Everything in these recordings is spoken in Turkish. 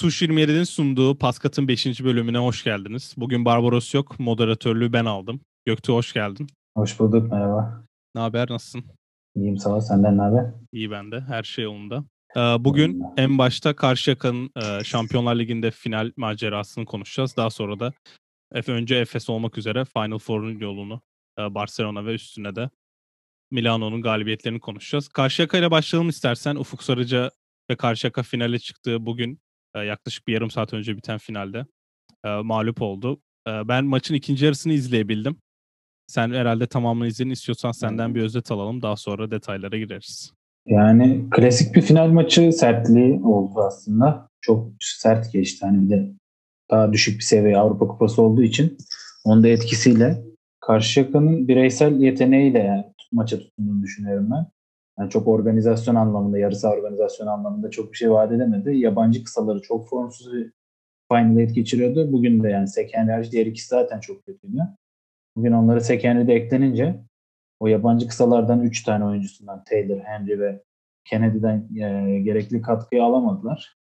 Tuş 27'nin sunduğu Paskat'ın 5. bölümüne hoş geldiniz. Bugün Barbaros yok, moderatörlüğü ben aldım. Göktuğ hoş geldin. Hoş bulduk, merhaba. Ne haber, nasılsın? İyiyim sağ ol. Senden ne haber? İyi ben de, her şey yolunda. Bugün Yolunda. en başta Karşıyaka'nın Şampiyonlar Ligi'nde final macerasını konuşacağız. Daha sonra da önce Efes olmak üzere Final Four'un yolunu, Barcelona ve üstüne de Milano'nun galibiyetlerini konuşacağız. Karşıyaka ile başlayalım istersen. Ufuk Sarıca ve Karşıyaka finale çıktığı bugün yaklaşık bir yarım saat önce biten finalde mağlup oldu. Ben maçın ikinci yarısını izleyebildim. Sen herhalde tamamını izledin. İstiyorsan senden bir özet alalım. Daha sonra detaylara gireriz. Yani klasik bir final maçı sertliği oldu aslında. Çok sert geçti. Hani bir de daha düşük bir seviye Avrupa Kupası olduğu için onun da etkisiyle Karşıyaka'nın bireysel yeteneğiyle yani maça tutunduğunu düşünüyorum ben. Yani çok organizasyon anlamında, yarı saha organizasyon anlamında çok bir şey vaat edemedi. Yabancı kısaları çok formsuz bir Final Eight geçiriyordu. Bugün de yani Sekenler, diğer ikisi zaten çok kötüydü. Bugün onları Sekenler'de eklenince o yabancı kısalardan 3 tane oyuncusundan Taylor, Henry ve Kennedy'den gerekli katkıyı alamadılar.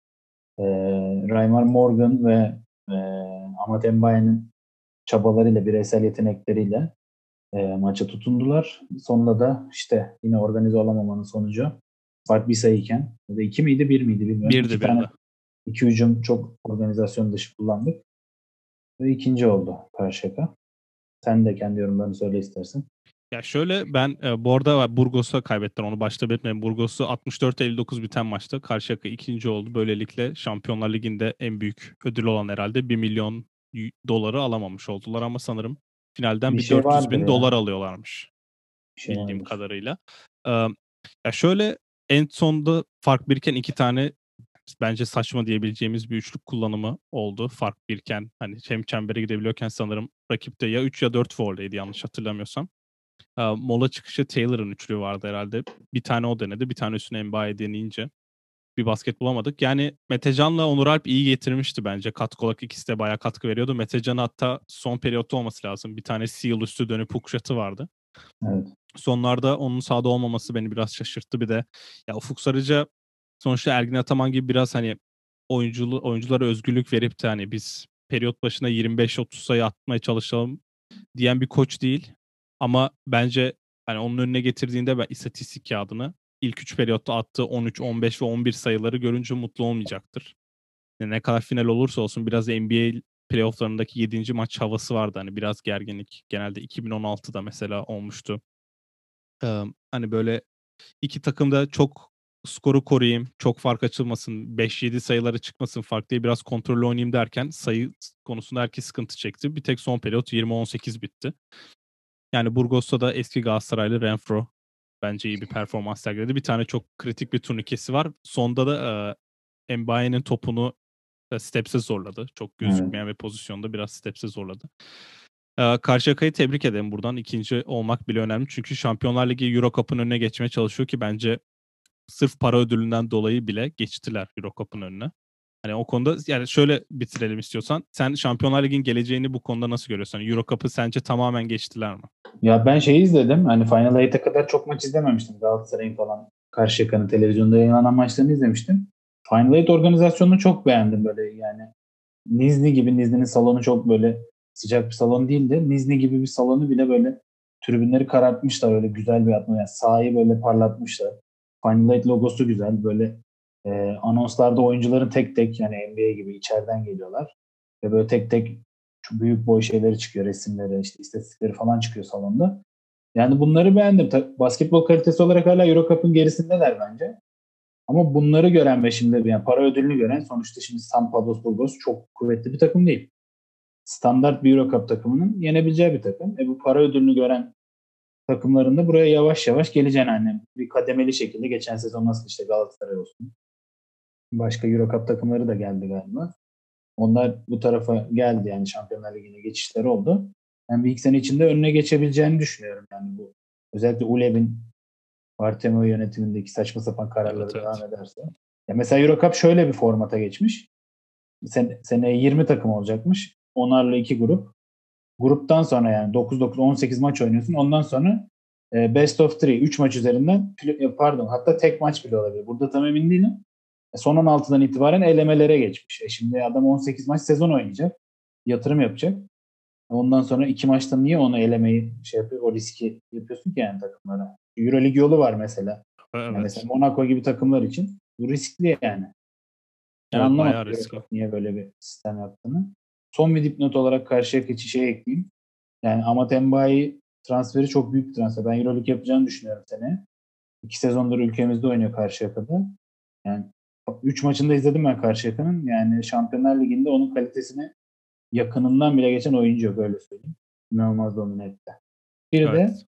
Raymar Morgan ve e, Amat Mbaye'nin çabalarıyla, bireysel yetenekleriyle maça tutundular. Sonunda da işte yine organize olamamanın sonucu fark bir sayıyken ya da 2 miydi 1 miydi bilmiyorum. Bir de bir de. İki hücum çok organizasyon dışı kullandık. Ve ikinci oldu Karşıyaka. Sen de kendi yorumlarını söyle istersen. Ya şöyle ben bu arada Burgos'a kaybettiler. Onu başta belirtmedim. Burgos'u 64-59 biten maçta Karşıyaka ikinci oldu. Böylelikle Şampiyonlar Ligi'nde en büyük ödül olan herhalde 1 milyon doları alamamış oldular. Ama sanırım finalden Bir bir şey 400 vardır bin ya. dolar alıyorlarmış. Bir şey Bildiğim vardır. kadarıyla. Ee, Ya şöyle en sonda fark birken iki tane bence saçma diyebileceğimiz bir üçlük kullanımı oldu. Fark birken hani hem çembere gidebiliyorken sanırım rakipte ya 3 ya 4 foul'deydi yanlış hatırlamıyorsam. Mola çıkışı Taylor'ın üçlüğü vardı herhalde. Bir tane o denedi. Bir tane üstüne Mbaye deneyince bir basket bulamadık. Yani Metecan'la Onur Alp iyi getirmişti bence. Katkı olarak ikisi de bayağı katkı veriyordu. Metecan hatta son periyotta olması lazım. Bir tane seal üstü dönüp hook shot'ı vardı. Evet. Sonlarda onun sahada olmaması beni biraz şaşırttı bir de. Ya Ufuk Sarıca sonuçta Ergin Ataman gibi biraz hani oyunculara özgürlük verip de hani biz periyot başına 25-30 sayı atmaya çalışalım diyen bir koç değil. Ama bence hani onun önüne getirdiğinde ben istatistik kağıdını ilk 3 periyotta attığı 13, 15 ve 11 sayıları görünce mutlu olmayacaktır. Yani ne kadar final olursa olsun biraz NBA playofflarındaki 7. maç havası vardı. Hani biraz gerginlik. Genelde 2016'da mesela olmuştu. Hani böyle iki takım da çok skoru koruyayım, çok fark açılmasın, 5-7 sayıları çıkmasın fark diye biraz kontrollü oynayayım derken sayı konusunda herkes sıkıntı çekti. Bir tek son periyot 20-18 bitti. Yani Burgos'ta da eski Galatasaraylı Renfro bence iyi bir performans sergiledi. Bir tane çok kritik bir turnikesi var. Sonda da Mbaye'nin topunu Steps'e zorladı. Çok Evet. gözükmeyen bir pozisyonda biraz Steps'e zorladı. Karşıyaka'yı tebrik ederim buradan. İkinci olmak bile önemli. Çünkü Şampiyonlar Ligi Euro Cup'ın önüne geçmeye çalışıyor ki bence sırf para ödülünden dolayı bile geçtiler Euro Cup'ın önüne. Hani o konuda yani şöyle bitirelim istiyorsan. Sen Şampiyonlar Ligi'nin geleceğini bu konuda nasıl görüyorsun? Yani Euro Cup'ı sence tamamen geçtiler mi? Ya ben şeyi izledim. Hani Final Eight'e kadar çok maç izlememiştim. Galatasaray'ın falan Karşıyaka'nın televizyonda yayınlanan maçlarını izlemiştim. Final Eight organizasyonunu çok beğendim böyle yani. Nizni gibi, Nizni'nin salonu çok böyle sıcak bir salon değildi. Nizni gibi bir salonu bile böyle tribünleri karartmışlar. Öyle güzel bir atmosfer. Yani sahayı böyle parlatmışlar. Final Eight logosu güzel. Böyle anonslarda oyuncuların tek tek yani NBA gibi içeriden geliyorlar. Ve böyle tek tek şu büyük boy şeyleri çıkıyor. Resimleri, işte istatistikleri falan çıkıyor salonda. Yani bunları beğendim. Basketbol kalitesi olarak hala Euro Cup'ın gerisindeler bence. Ama bunları gören ve şimdi yani para ödülünü gören sonuçta şimdi San Pablo Burgos çok kuvvetli bir takım değil. Standart bir Euro Cup takımının yenebileceği bir takım. Bu para ödülünü gören takımların da buraya yavaş yavaş geleceğini hani bir kademeli şekilde geçen sezon nasıl işte Galatasaray olsun. Başka Euro Cup takımları da geldi galiba. Onlar bu tarafa geldi yani Şampiyonlar Ligi'ne geçişleri oldu. Ben bir iki sene içinde önüne geçebileceğini düşünüyorum yani bu. Özellikle Ulev'in Bartomeu yönetimindeki saçma sapan Evet, kararları evet. devam ederse. Ya mesela Euro Cup şöyle bir formata geçmiş. Seneye 20 takım olacakmış. Onlarla iki grup. Gruptan sonra yani 9-9-18 maç oynuyorsun. Ondan sonra best of 3 3 maç üzerinden pardon hatta tek maç bile olabilir. Burada tam emin değilim. Son 16'dan itibaren elemelere geçmiş. Şimdi adam 18 maç sezon oynayacak. Yatırım yapacak. Ondan sonra 2 maçta niye onu elemeyi şey yapıyor, o riski yapıyorsun ki yani takımlara. Euroleague yolu var mesela. Yani Evet. mesela Monaco gibi takımlar için bu riskli yani. Ben Evet, anlamadım bayağı riskli. niye böyle bir sistem yaptığını. Son bir dipnot olarak Karşıyaka'yı şey ekleyeyim. Yani Amat Mbaye transferi çok büyük bir transfer. Ben Euroleague yapacağını düşünüyorum seneye. 2 sezondur ülkemizde oynuyor Karşıyaka'da. Yani 3 maçında izledim ben Karşıyaka'nın. Yani Şampiyonlar Ligi'nde onun kalitesine yakınından bile geçen oyuncu yok, öyle söyleyeyim. İnanılmaz domine etti. Bir de Evet.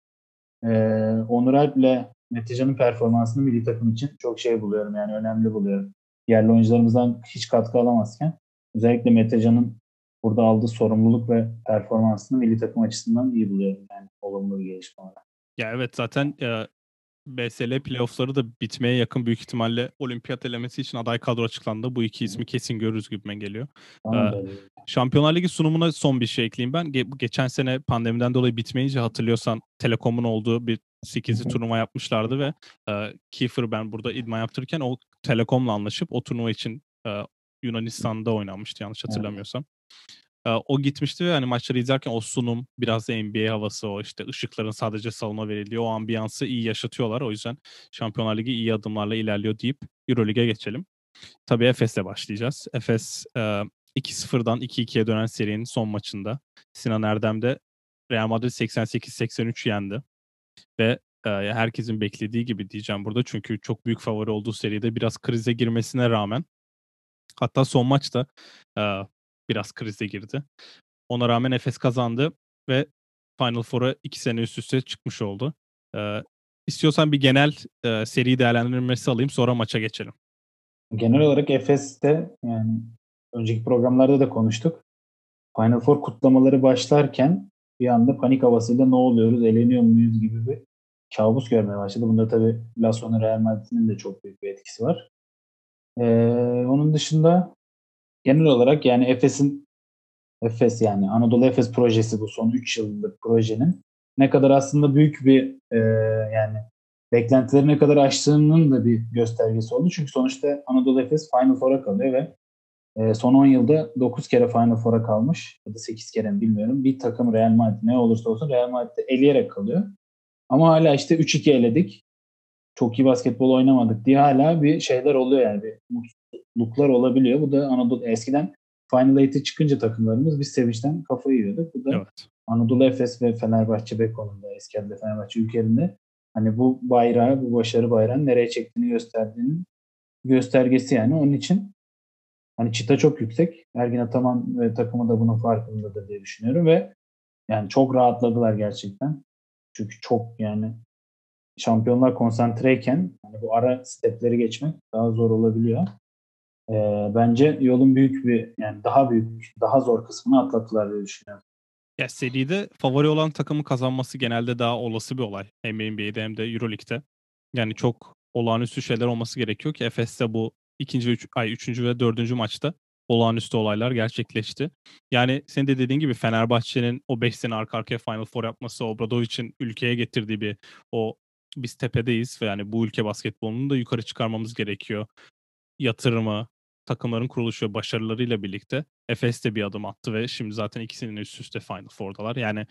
Onur Alp'le Metecan'ın performansını milli takım için çok şey buluyorum, yani önemli buluyorum. Yerli oyuncularımızdan hiç katkı alamazken özellikle Metecan'ın burada aldığı sorumluluk ve performansını milli takım açısından iyi buluyorum, yani olumlu bir gelişme olarak. Ya evet, zaten BSL playoff'ları da bitmeye yakın, büyük ihtimalle olimpiyat elemesi için aday kadro açıklandı. Bu iki ismi kesin görürüz gibime geliyor. Bana E, da öyle. Şampiyonlar Ligi sunumuna son bir şey ekleyeyim ben. Geçen sene pandemiden dolayı bitmeyince, hatırlıyorsan, Telekom'un olduğu bir 8'li turnuva yapmışlardı ve Kiefer, ben burada idman yaptırırken, o Telekom'la anlaşıp o turnuva için Yunanistan'da oynanmıştı yanlış Evet. hatırlamıyorsam. O gitmişti ve hani maçları izlerken o sunum, biraz da NBA havası, o işte ışıkların sadece salona verildiği o ambiyansı iyi yaşatıyorlar. O yüzden Şampiyonlar Ligi iyi adımlarla ilerliyor deyip Euroleague'e geçelim. Tabii Efes'le başlayacağız. Efes 2-0'dan 2-2'ye dönen serinin son maçında Sinan Erdem'de Real Madrid 88-83 yendi. Ve herkesin beklediği gibi diyeceğim burada, çünkü çok büyük favori olduğu seride biraz krize girmesine rağmen, hatta son maçta e, biraz krize girdi. Ona rağmen Efes kazandı ve Final Four'a 2 sene üst üste çıkmış oldu. İstiyorsan bir genel seri değerlendirmesi alayım, sonra maça geçelim. Genel olarak Efes'te, yani önceki programlarda da konuştuk. Final Four kutlamaları başlarken bir anda panik havasıyla ne oluyoruz, eleniyor muyuz gibi bir kabus görmeye başladı. Bunda tabii Lasso'nun Real Madrid'in de çok büyük bir etkisi var. Onun dışında genel olarak yani Efes, yani Anadolu Efes projesi, bu son 3 yıllık projenin ne kadar aslında büyük bir yani beklentileri ne kadar aştığının da bir göstergesi oldu. Çünkü sonuçta Anadolu Efes Final Four'a kalıyor ve son 10 yılda 9 kere Final Four'a kalmış ya da 8 kere mi bilmiyorum. Bir takım Real Madrid, ne olursa olsun Real Madrid'de eleyerek kalıyor. Ama hala işte 3-2 eledik. Çok iyi basketbol oynamadık diye hala bir şeyler oluyor, yani bir mutsuzluklar olabiliyor. Bu da Anadolu, eskiden Final Eight'e çıkınca takımlarımız biz sevinçten kafayı yiyorduk. Bu da Evet. Anadolu Efes ve Fenerbahçe Beko'nun da, eski adıyla Fenerbahçe ülkelerinde hani bu bayrağı, bu başarı bayrağını nereye çektiğini gösterdiğinin göstergesi yani. Onun için hani çıta çok yüksek. Ergin Ataman ve takımı da bunun farkındadır diye düşünüyorum ve yani çok rahatladılar gerçekten. Çünkü çok, yani şampiyonlar konsantreyken hani bu ara stepleri geçmek daha zor olabiliyor. Bence yolun büyük bir, yani daha büyük, daha zor kısmını atlattılar diye düşünüyorum. Ya seride favori olan takımın kazanması genelde daha olası bir olay. Hem NBA'de hem de Euroleague'de. Yani çok olağanüstü şeyler olması gerekiyor ki Efes'te bu üçüncü ve dördüncü maçta olağanüstü olaylar gerçekleşti. Yani senin de dediğin gibi Fenerbahçe'nin o 5 sene arka arkaya Final Four yapması, Obradovic'in ülkeye getirdiği bir o, biz tepedeyiz ve yani bu ülke basketbolunu da yukarı çıkarmamız gerekiyor yatırımı, takımların kuruluşu ve başarılarıyla birlikte Efes de bir adım attı ve şimdi zaten ikisinin üst üste Final Four'dalar. Yani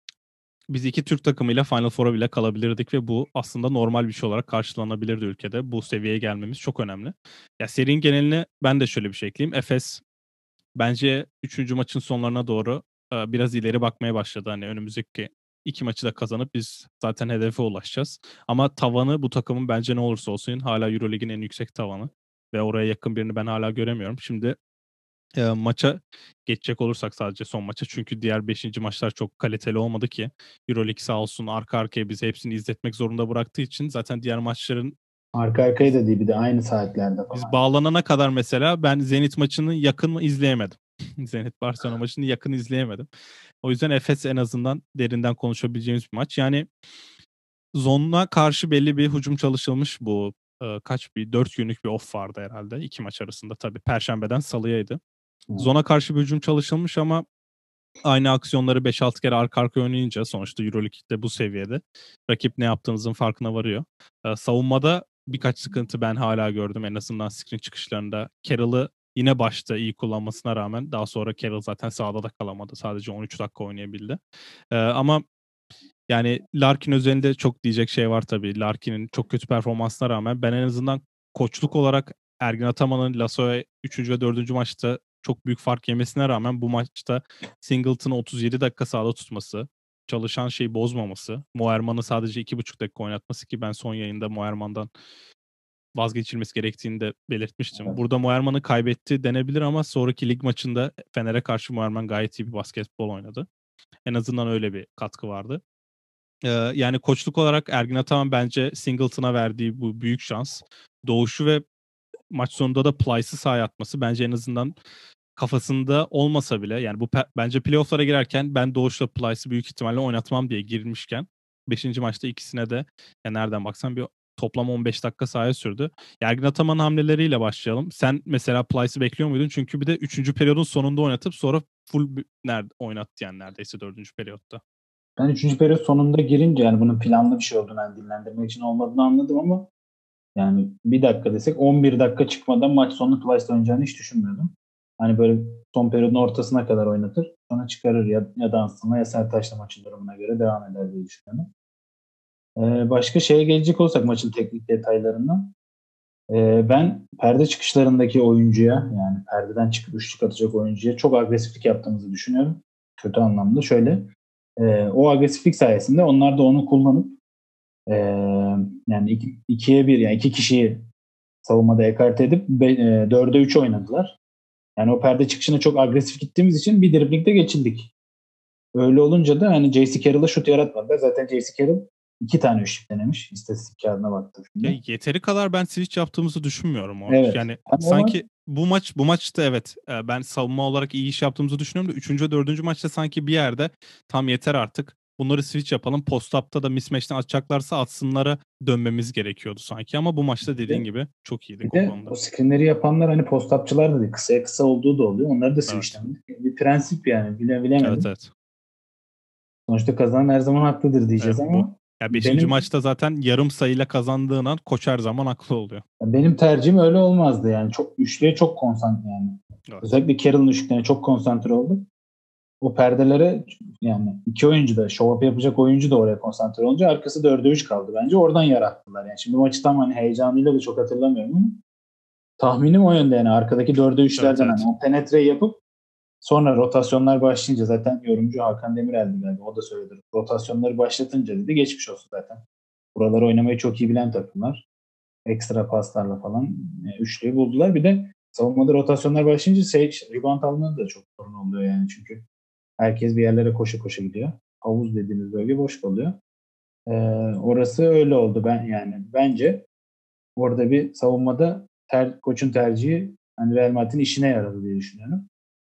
biz iki Türk takımıyla Final Four'a bile kalabilirdik ve bu aslında normal bir şey olarak karşılanabilirdi ülkede. Bu seviyeye gelmemiz çok önemli. Ya serinin geneline ben de şöyle bir şey ekleyeyim. Efes bence üçüncü maçın sonlarına doğru biraz ileri bakmaya başladı. Hani önümüzdeki iki maçı da kazanıp biz zaten hedefe ulaşacağız. Ama tavanı bu takımın, bence ne olursa olsun, hala Euroleague'in en yüksek tavanı. Ve oraya yakın birini ben hala göremiyorum. Şimdi maça geçecek olursak, sadece son maça. Çünkü diğer beşinci maçlar çok kaliteli olmadı ki. Euroleague sağ olsun arka arkaya bizi hepsini izletmek zorunda bıraktığı için zaten diğer maçların Arka arkaya biz da değil, bir de aynı saatlerde biz falan. bağlanana kadar mesela ben Zenit maçını yakın mı izleyemedim. Zenit Barcelona maçını yakın izleyemedim. O yüzden Efes en azından derinden konuşabileceğimiz bir maç. Yani zonuna karşı belli bir hücum çalışılmış bu. Kaç, bir 4 günlük bir off vardı herhalde iki maç arasında. Tabii Perşembeden Salı'yaydı. Evet. Zona karşı bir hücum çalışılmış ama aynı aksiyonları 5-6 kere arka arkaya oynayınca, sonuçta Euroleague'de bu seviyede rakip ne yaptığınızın farkına varıyor. Savunmada birkaç sıkıntı ben hala gördüm en azından screen çıkışlarında. Carroll'ı yine başta iyi kullanmasına rağmen daha sonra Carroll zaten sahada da kalamadı. Sadece 13 dakika oynayabildi. Ama yani Larkin özelinde çok diyecek şey var tabii. Larkin'in çok kötü performansına rağmen ben en azından koçluk olarak Ergin Ataman'ın Lasso'ya 3. ve 4. maçta çok büyük fark yemesine rağmen bu maçta Singleton'ı 37 dakika sahada tutması, çalışan şeyi bozmaması, Moerman'ı sadece 2,5 dakika oynatması ki ben son yayında Moerman'dan vazgeçilmesi gerektiğini de belirtmiştim. Evet. Burada Moerman'ı kaybetti denebilir ama sonraki lig maçında Fener'e karşı Moerman gayet iyi bir basketbol oynadı. En azından öyle bir katkı vardı. Yani koçluk olarak Ergin Ataman bence Singleton'a verdiği bu büyük şans. Doğuşu ve maç sonunda da Plyce'ı sahaya atması bence en azından kafasında olmasa bile yani bu bence playoff'lara girerken ben Doğuş'la Plyce'ı büyük ihtimalle oynatmam diye girmişken 5. maçta ikisine de yani nereden baksan bir toplam 15 dakika sahaya sürdü. Ergin Ataman'ın hamleleriyle başlayalım. Sen mesela Plyce'ı bekliyor muydun? Çünkü bir de 3. periyodun sonunda oynatıp sonra full oynattı yani neredeyse 4. periyotta. Ben 3. periyot sonunda girince yani bunun planlı bir şey olduğunu, yani dinlendirmek için olmadığını anladım ama yani bir dakika desek 11 dakika çıkmadan maç sonunu Plyce'da oynayacağını hiç düşünmüyordum. Hani böyle son periyodun ortasına kadar oynatır. Sonra çıkarır ya Dunstan'la ya Sertaç'la maçın durumuna göre devam eder diye düşünüyorum. Başka şeye gelecek olsak maçın teknik detaylarından. Ben perde çıkışlarındaki oyuncuya, yani perdeden çıkıp üçlük atacak oyuncuya çok agresiflik yaptığımızı düşünüyorum. Kötü anlamda. Şöyle o agresiflik sayesinde onlar da onu kullanıp e, yani 2'ye 1 yani iki kişiyi savunmada ekarte edip 4'e 3 oynadılar. Yani o perde çıkışına çok agresif gittiğimiz için bir driblingde geçildik. Öyle olunca da hani J.C. Carroll'a şut yaratmadılar. Zaten J.C. Carroll 2 tane üçlük denemiş. İstatistik kağıdına baktım Ya şimdi. yeteri kadar ben switch yaptığımızı düşünmüyorum o. Evet. Yani Ama o maç sanki bu maçta evet ben savunma olarak iyi iş yaptığımızı düşünüyorum da 3. ve 4. maçta sanki bir yerde tam yeter artık. Bunları switch yapalım. Post-up'ta da mismatch'ten atacaklarsa atsınlara dönmemiz gerekiyordu sanki. Ama bu maçta bir dediğin de, gibi çok iyiydik bir o de konuda. o screenleri yapanlar hani post-upçılar da değil. Kısaya kısa olduğu da oluyor. Onları da Evet. switchlemiş. Bir prensip yani. Evet, Bilemedim. evet. Sonuçta kazanan her zaman haklıdır diyeceğiz Bu. ama Ya 5. benim maçta zaten yarım sayıyla kazandığın an koç her zaman haklı oluyor. benim tercihim öyle olmazdı yani. Çok üçlüye çok konsantre yani. Evet. Özellikle Carroll'ın üçlüklerine çok konsantre oldum. O perdelere yani iki oyuncu da show up yapacak oyuncu da oraya konsantre olunca arkası 4'e 3 kaldı bence. Oradan yarattılar yani. Şimdi maçı tam hani heyecanıyla da çok hatırlamıyorum ama tahminim o yönde yani. Arkadaki 4'e Evet, 3'lerden hani evet. o penetreyi yapıp sonra rotasyonlar başlayınca zaten yorumcu Hakan Demirel'di galiba. O da söyledi. Rotasyonları başlatınca dedi geçmiş olsun zaten. Buraları oynamayı çok iyi bilen takımlar. Ekstra paslarla falan üçlüyü buldular. Bir de savunmada rotasyonlar başlayınca rebound almanın da çok sorun oluyor yani. Çünkü herkes bir yerlere koşa koşa gidiyor. Havuz dediğimiz bölge boş kalıyor. Ee, Orası öyle oldu. Ben yani bence orada bir savunmada koçun tercihi hani Real Madrid'in işine yaradı diye düşünüyorum.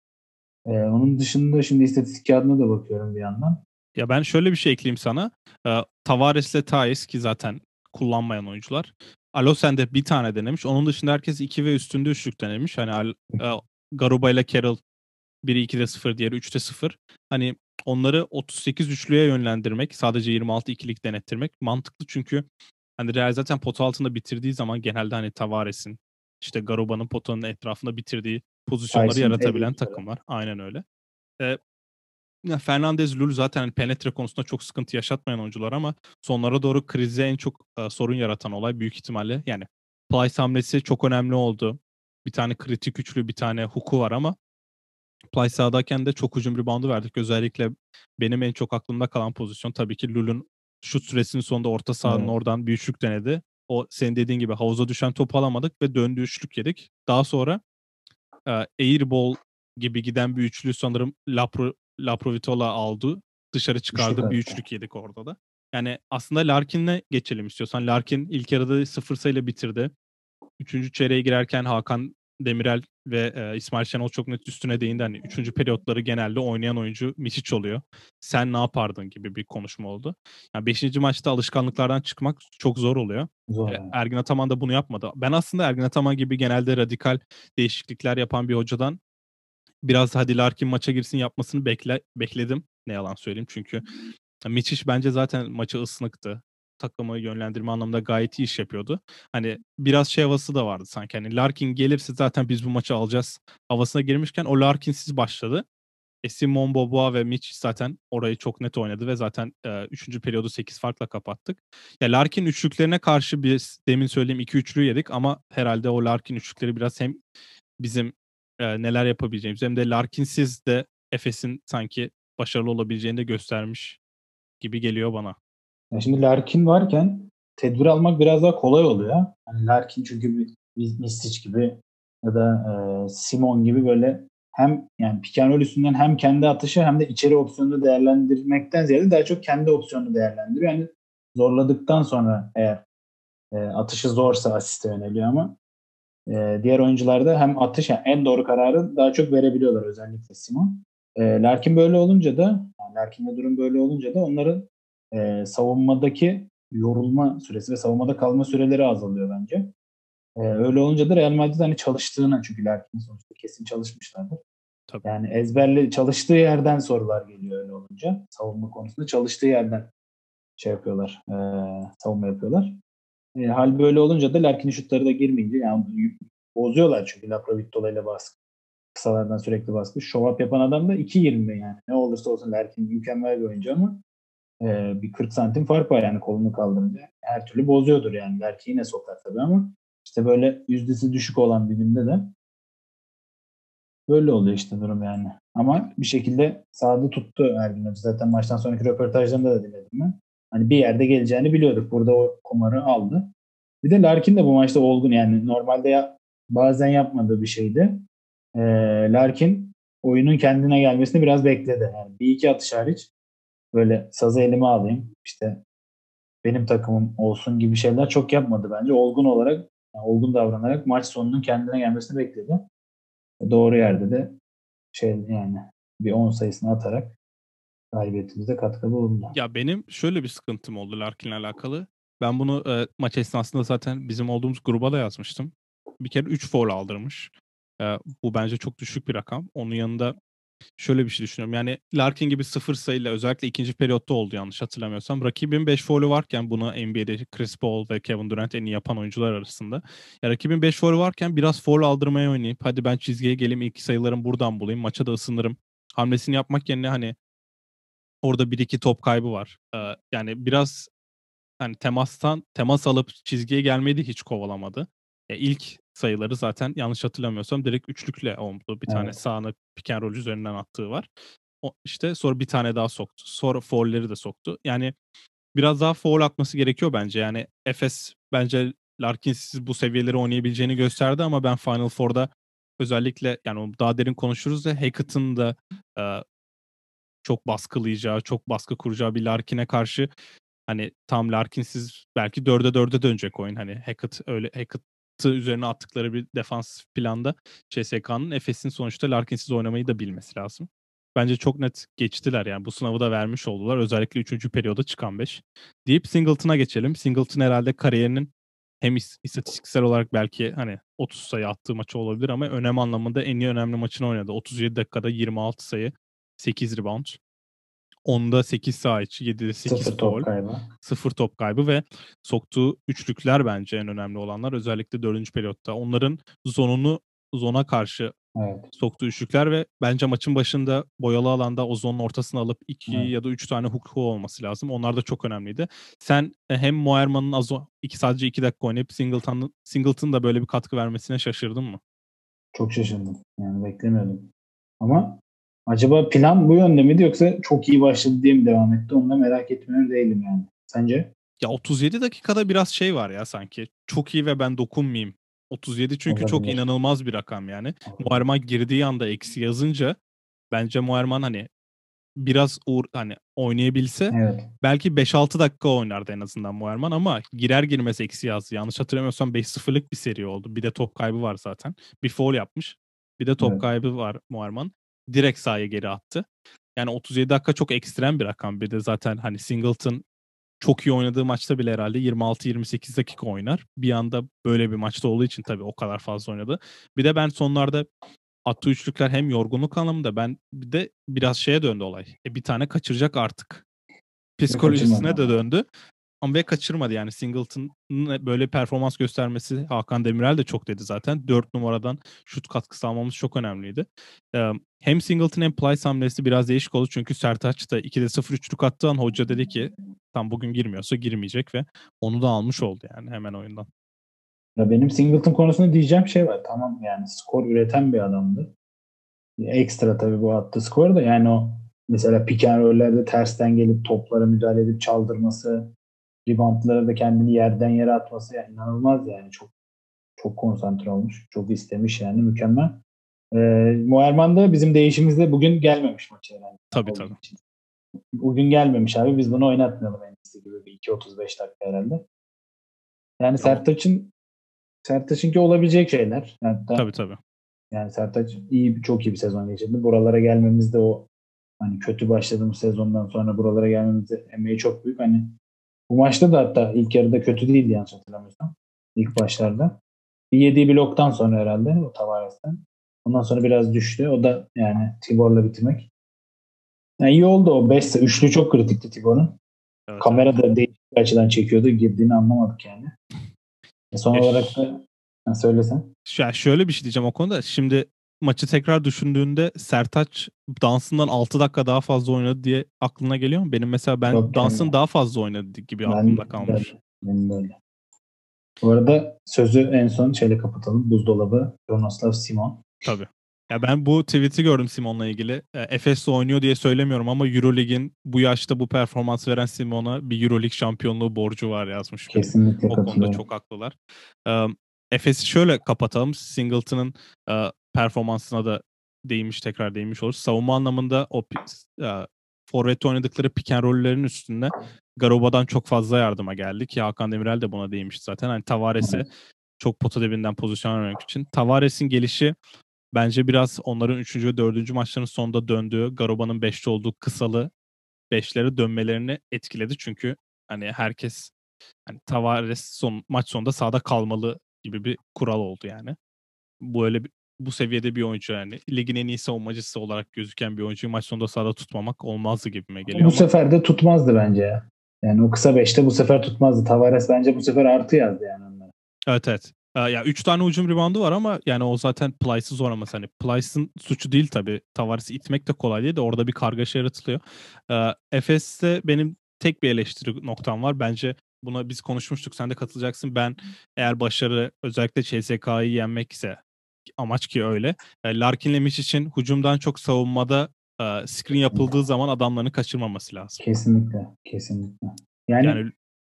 Onun dışında şimdi istatistik kağıdına da bakıyorum bir yandan. Ya ben şöyle bir şey ekleyeyim sana. Tavares'le Thais ki zaten kullanmayan oyuncular. Alosen de bir tane denemiş. Onun dışında herkes 2 ve üstünde üçlük denemiş. Hani Garuba ile Carroll biri 2'de 0, diğeri 3'te 0. Hani onları 38 üçlüye yönlendirmek, sadece 26 ikilik denettirmek mantıklı çünkü hani Real zaten pot altında bitirdiği zaman genelde hani Tavares'in işte Garuba'nın potanın etrafında bitirdiği pozisyonları Tyson yaratabilen heading'leri. takımlar. Aynen öyle. Ee, Ya Fernandez, Lul zaten hani penetre konusunda çok sıkıntı yaşatmayan oyuncular ama sonlara doğru krize en çok sorun yaratan olay büyük ihtimalle yani Plyce hamlesi çok önemli oldu. Bir tane kritik üçlü, bir tane huku var ama Plyce sahadayken de çok hücum reboundu verdik. Özellikle benim en çok aklımda kalan pozisyon tabii ki Lul'ün şut süresinin sonunda orta sahanın Evet. oradan bir üçlük denedi. O senin dediğin gibi havuza düşen topu alamadık ve döndü üçlük yedik. Daha sonra airball gibi giden bir üçlü sanırım Laprovitola aldı. Dışarı Üçlük çıkardı. Bir attı. üçlük yedik orada da. Yani aslında Larkin'le geçelim istiyorsan. Larkin ilk yarıda 0 sayıyla bitirdi. Üçüncü çeyreğe girerken Hakan Demirel ve İsmail Şenol çok net üstüne değindi. Hani üçüncü periyotları genelde oynayan oyuncu Misic oluyor. Sen ne yapardın gibi bir konuşma oldu. Yani beşinci maçta alışkanlıklardan çıkmak çok zor oluyor. Zor yani. Ergin Ataman da bunu yapmadı. Ben aslında Ergin Ataman gibi genelde radikal değişiklikler yapan bir hocadan biraz hadi Larkin maça girsin yapmasını bekledim. Ne yalan söyleyeyim çünkü Miçic bence zaten maçı ıslıktı. takımı yönlendirme anlamında gayet iyi iş yapıyordu. Hani biraz şey havası da vardı sanki. Hani Larkin gelirse zaten biz bu maçı alacağız havasına girmişken o Larkin'siz başladı. Simon, Boboa ve Mitch zaten orayı çok net oynadı ve zaten 3. periyodu 8 farkla kapattık. Ya Larkin üçlüklerine karşı biz demin söylediğim 2 üçlü yedik ama herhalde o Larkin üçlükleri biraz hem bizim neler yapabileceğimiz hem de Larkin'siz de Efes'in sanki başarılı olabileceğini de göstermiş gibi geliyor bana. Yani şimdi Larkin varken tedbir almak biraz daha kolay oluyor. Hani Larkin çünkü bir Mistic gibi ya da Simon gibi böyle hem yani pick and roll üstünden hem kendi atışı hem de içeri opsiyonunu değerlendirmekten ziyade daha çok kendi opsiyonunu değerlendiriyor. Yani zorladıktan sonra eğer atışı zorsa asiste yöneliyor ama diğer oyuncularda hem atış yani en doğru kararı daha çok verebiliyorlar özellikle Simon. Larkin böyle olunca da yani Larkin'de durum böyle olunca da onların savunmadaki yorulma süresi ve savunmada kalma süreleri azalıyor bence. Öyle olunca da Real Madrid hani çalıştığını çünkü Larkin sonuçta kesin çalışmışlardır. Tabii. Yani ezberli çalıştığı yerden sorular geliyor öyle olunca. Savunma konusunda çalıştığı yerden şey yapıyorlar. Savunma yapıyorlar. Hal böyle olunca da Larkin'in şutları da girmeyince yani bozuyorlar çünkü Laprovittola ile baskı. Kısalardan sürekli baskı. Show up yapan adam da 2.20 yani. Ne olursa olsun Larkin mükemmel bir oyuncu ama bir 40 santim fark var yani kolunu kaldırınca. Her türlü bozuyordur yani. Larkin yine sokar tabii ama işte böyle yüzdesi düşük olan bir günde de böyle oluyor işte durum yani. Ama bir şekilde sahada tuttu Ergin Hoca. Zaten maçtan sonraki röportajlarında da dinledim ben. Hani bir yerde geleceğini biliyorduk. Burada o kumarı aldı. Bir de Larkin de bu maçta olgun yani normalde bazen yapmadığı bir şeydi. Larkin oyunun kendine gelmesini biraz bekledi. Yani bir iki atış hariç böyle sazı elime alayım işte benim takımım olsun gibi şeyler çok yapmadı bence. Olgun olarak yani olgun davranarak maç sonunun kendine gelmesini bekledi. Doğru yerde de şey yani bir 10 sayısını atarak galibiyetimize katkıda bulundu. Ya benim şöyle bir sıkıntım oldu Larkin'le alakalı. Ben bunu maç esnasında zaten bizim olduğumuz gruba da yazmıştım. Bir kere 3 foul aldırmış. Bu bence çok düşük bir rakam. Onun yanında şöyle bir şey düşünüyorum. Yani Larkin gibi sıfır sayıyla özellikle ikinci periyotta oldu yanlış hatırlamıyorsam. Rakibin 5 faulü varken bunu NBA'de Chris Paul ve Kevin Durant en iyi yapan oyuncular arasında. Ya rakibin 5 faulü varken biraz faul aldırmaya oynayıp hadi ben çizgiye geleyim ilk sayılarımı buradan bulayım. Maça da ısınırım. Hamlesini yapmak yerine hani orada bir iki top kaybı var. Yani biraz hani temas alıp çizgiye gelmeyi de hiç kovalamadı. İlk sayıları zaten yanlış hatırlamıyorsam direkt üçlükle oldu. Bir tane Evet. sağına pick and roll üzerinden attığı var. O işte sonra bir tane daha soktu. Sonra foul'leri de soktu. Yani biraz daha foul atması gerekiyor bence. Yani Efes bence Larkin'siz bu seviyeleri oynayabileceğini gösterdi ama ben Final Four'da özellikle yani daha derin konuşuruz da Hackett'ın da e, çok baskılayacağı, çok baskı kuracağı bir Larkin'e karşı hani tam Larkin'siz belki 4'e 4'e dönecek oyun. Hani Hackett'ı üzerine attıkları bir defans planda CSK'nın Efes'in sonuçta Larkin'siz oynamayı da bilmesi lazım. Bence çok net geçtiler yani bu sınavı da vermiş oldular. Özellikle 3. periyoda çıkan 5. Deyip Singleton'a geçelim. Singleton herhalde kariyerinin hem istatistiksel olarak belki hani 30 sayı attığı maçı olabilir ama önem anlamında en iyi önemli maçını oynadı. 37 dakikada 26 sayı, 8 rebound. 10'da 8 saha içi, 7'de 8 Sıfır top foul, kaybı. 0 top kaybı ve soktuğu üçlükler bence en önemli olanlar. Özellikle 4. periyotta. Onların zona karşı Evet. soktuğu üçlükler ve bence maçın başında boyalı alanda o zonun ortasına alıp 2 Evet. ya da 3 tane hook'u olması lazım. Onlar da çok önemliydi. Sen hem Moerman'ın sadece 2 dakika oynayıp Singleton da böyle bir katkı vermesine şaşırdın mı? Çok şaşırdım. Yani beklemiyordum. Ama acaba plan bu yönde miydi yoksa çok iyi başladı diye mi devam etti? Onu da merak etmiyor değilim yani. Sence? Ya 37 dakikada biraz şey var ya sanki. Çok iyi ve ben dokunmayayım. 37 çünkü çok Olabilir. inanılmaz bir rakam yani. Olabilir. Muharrem girdiği anda eksi yazınca bence Muharrem hani biraz hani oynayabilse Evet. belki 5-6 dakika oynardı en azından Muharrem ama girer girmez eksi yazdı. Yanlış hatırlamıyorsam 5-0'lık bir seri oldu. Bir de top kaybı var zaten. Bir foul yapmış. Bir de top Evet. kaybı var Muharrem. Direkt sahaya geri attı. Yani 37 dakika çok ekstrem bir rakam. Bir de zaten hani Singleton çok iyi oynadığı maçta bile herhalde 26-28 dakika oynar. Bir anda böyle bir maçta olduğu için tabii o kadar fazla oynadı. Bir de ben sonlarda attığı üçlükler hem yorgunluk anlamında ben bir de biraz şeye döndü olay. Bir tane kaçıracak artık. Ve kaçırmadı Psikolojisine de ama. döndü. Ve kaçırmadı yani. Singleton'ın böyle performans göstermesi, Hakan Demirel de çok dedi zaten. 4 numaradan şut katkısı almamız çok önemliydi. Hem Singleton hem Plyce hamlesi biraz değişik oldu. Çünkü Sertaç da 2'de 0 üçlük attığı an hoca dedi ki tam bugün girmiyorsa girmeyecek ve onu da almış oldu yani hemen oyundan. Ya benim Singleton konusunda diyeceğim şey var. Tamam yani skor üreten bir adamdı. Ekstra tabii bu attığı skor da yani o mesela pick and roll'lerde tersten gelip toplara müdahale edip çaldırması, reboundlara da kendini yerden yere atması yani inanılmaz yani çok çok konsantre olmuş. Çok istemiş yani mükemmel. Muerman da bizim değişimizde bugün gelmemiş maça herhalde. Tabii. Bugün gelmemiş abi. Biz bunu oynatmayalım en iyisi gibi bir 2-35 dakika herhalde. Yani Sertaç'ınki olabilecek şeyler. Hatta Tabii. yani Sertaç çok iyi bir sezon geçirdi. Buralara gelmemizde o hani kötü başladığımız sezondan sonra buralara gelmemizde emeği çok büyük. Hani bu maçta da hatta ilk yarıda kötü değildi yanlış hatırlamıyorsam. İlk başlarda. Bir yediği bloktan sonra herhalde o Tavares'ten. Ondan sonra biraz düştü. O da yani Tibor'la bitirmek. Yani iyi oldu o 5 üçlü çok kritikti Tibor'un. Evet, Kamera da değişik bir açıdan çekiyordu. Girdiğini anlamadık yani. Son olarak da söylesen. Şöyle bir şey diyeceğim o konuda. Şimdi maçı tekrar düşündüğünde Sertaç Dans'ından 6 dakika daha fazla oynadı diye aklına geliyor mu? Benim mesela Yok Dans'ın yani. daha fazla oynadı gibi Ben aklımda kalmış. benim de öyle. Bu arada sözü en son şeyle kapatalım. Buzdolabı Kronoslav Simon. Tabii. Ya ben bu tweet'i gördüm Simon'la ilgili. Efes'le oynuyor diye söylemiyorum ama EuroLeague'in bu yaşta bu performans veren Simon'a bir EuroLeague şampiyonluğu borcu var yazmış biri. Kesinlikle O konuda katılıyorum. çok haklılar. Efes'i şöyle kapatalım. Singleton'ın performansına da tekrar değinmiş oluruz. Savunma anlamında o forvet oynadıkları pick and roll'lerin üstünde Garoba'dan çok fazla yardıma geldi ki Hakan Demirel de buna değinmişti zaten. Hani Tavares'e Evet. çok pota dibinden pozisyon vermek için. Tavares'in gelişi bence biraz onların 3. ve 4. maçlarının sonunda döndüğü, Garoba'nın 5'te olduğu kısalı 5'lere dönmelerini etkiledi. Çünkü hani herkes hani Tavares maç sonunda sahada kalmalı gibi bir kural oldu yani. Bu seviyede bir oyuncu yani. Ligin en iyi savunmacısı olarak gözüken bir oyuncuyu maç sonunda sahada tutmamak olmazdı gibime geliyor Bu ama sefer de tutmazdı bence ya. Yani o kısa 5'te bu sefer tutmazdı. Tavares bence bu sefer artı yazdı yani onlara. evet. Ya 3 tane hücum reboundu var ama yani o zaten Plyce'ı zorlaması. Hani Plyce'ın suçu değil tabii. Tavares'i itmek de kolay değil de orada bir kargaşa yaratılıyor. Efes'te benim tek bir eleştiri noktam var. Bence buna biz konuşmuştuk. Sen de katılacaksın. Ben eğer başarı özellikle CSK'yı yenmek ise amaç ki öyle. Larkin'le Mitch için hücumdan çok savunmada screen yapıldığı zaman adamlarını kaçırmaması lazım. Kesinlikle. Kesinlikle. Yani Yani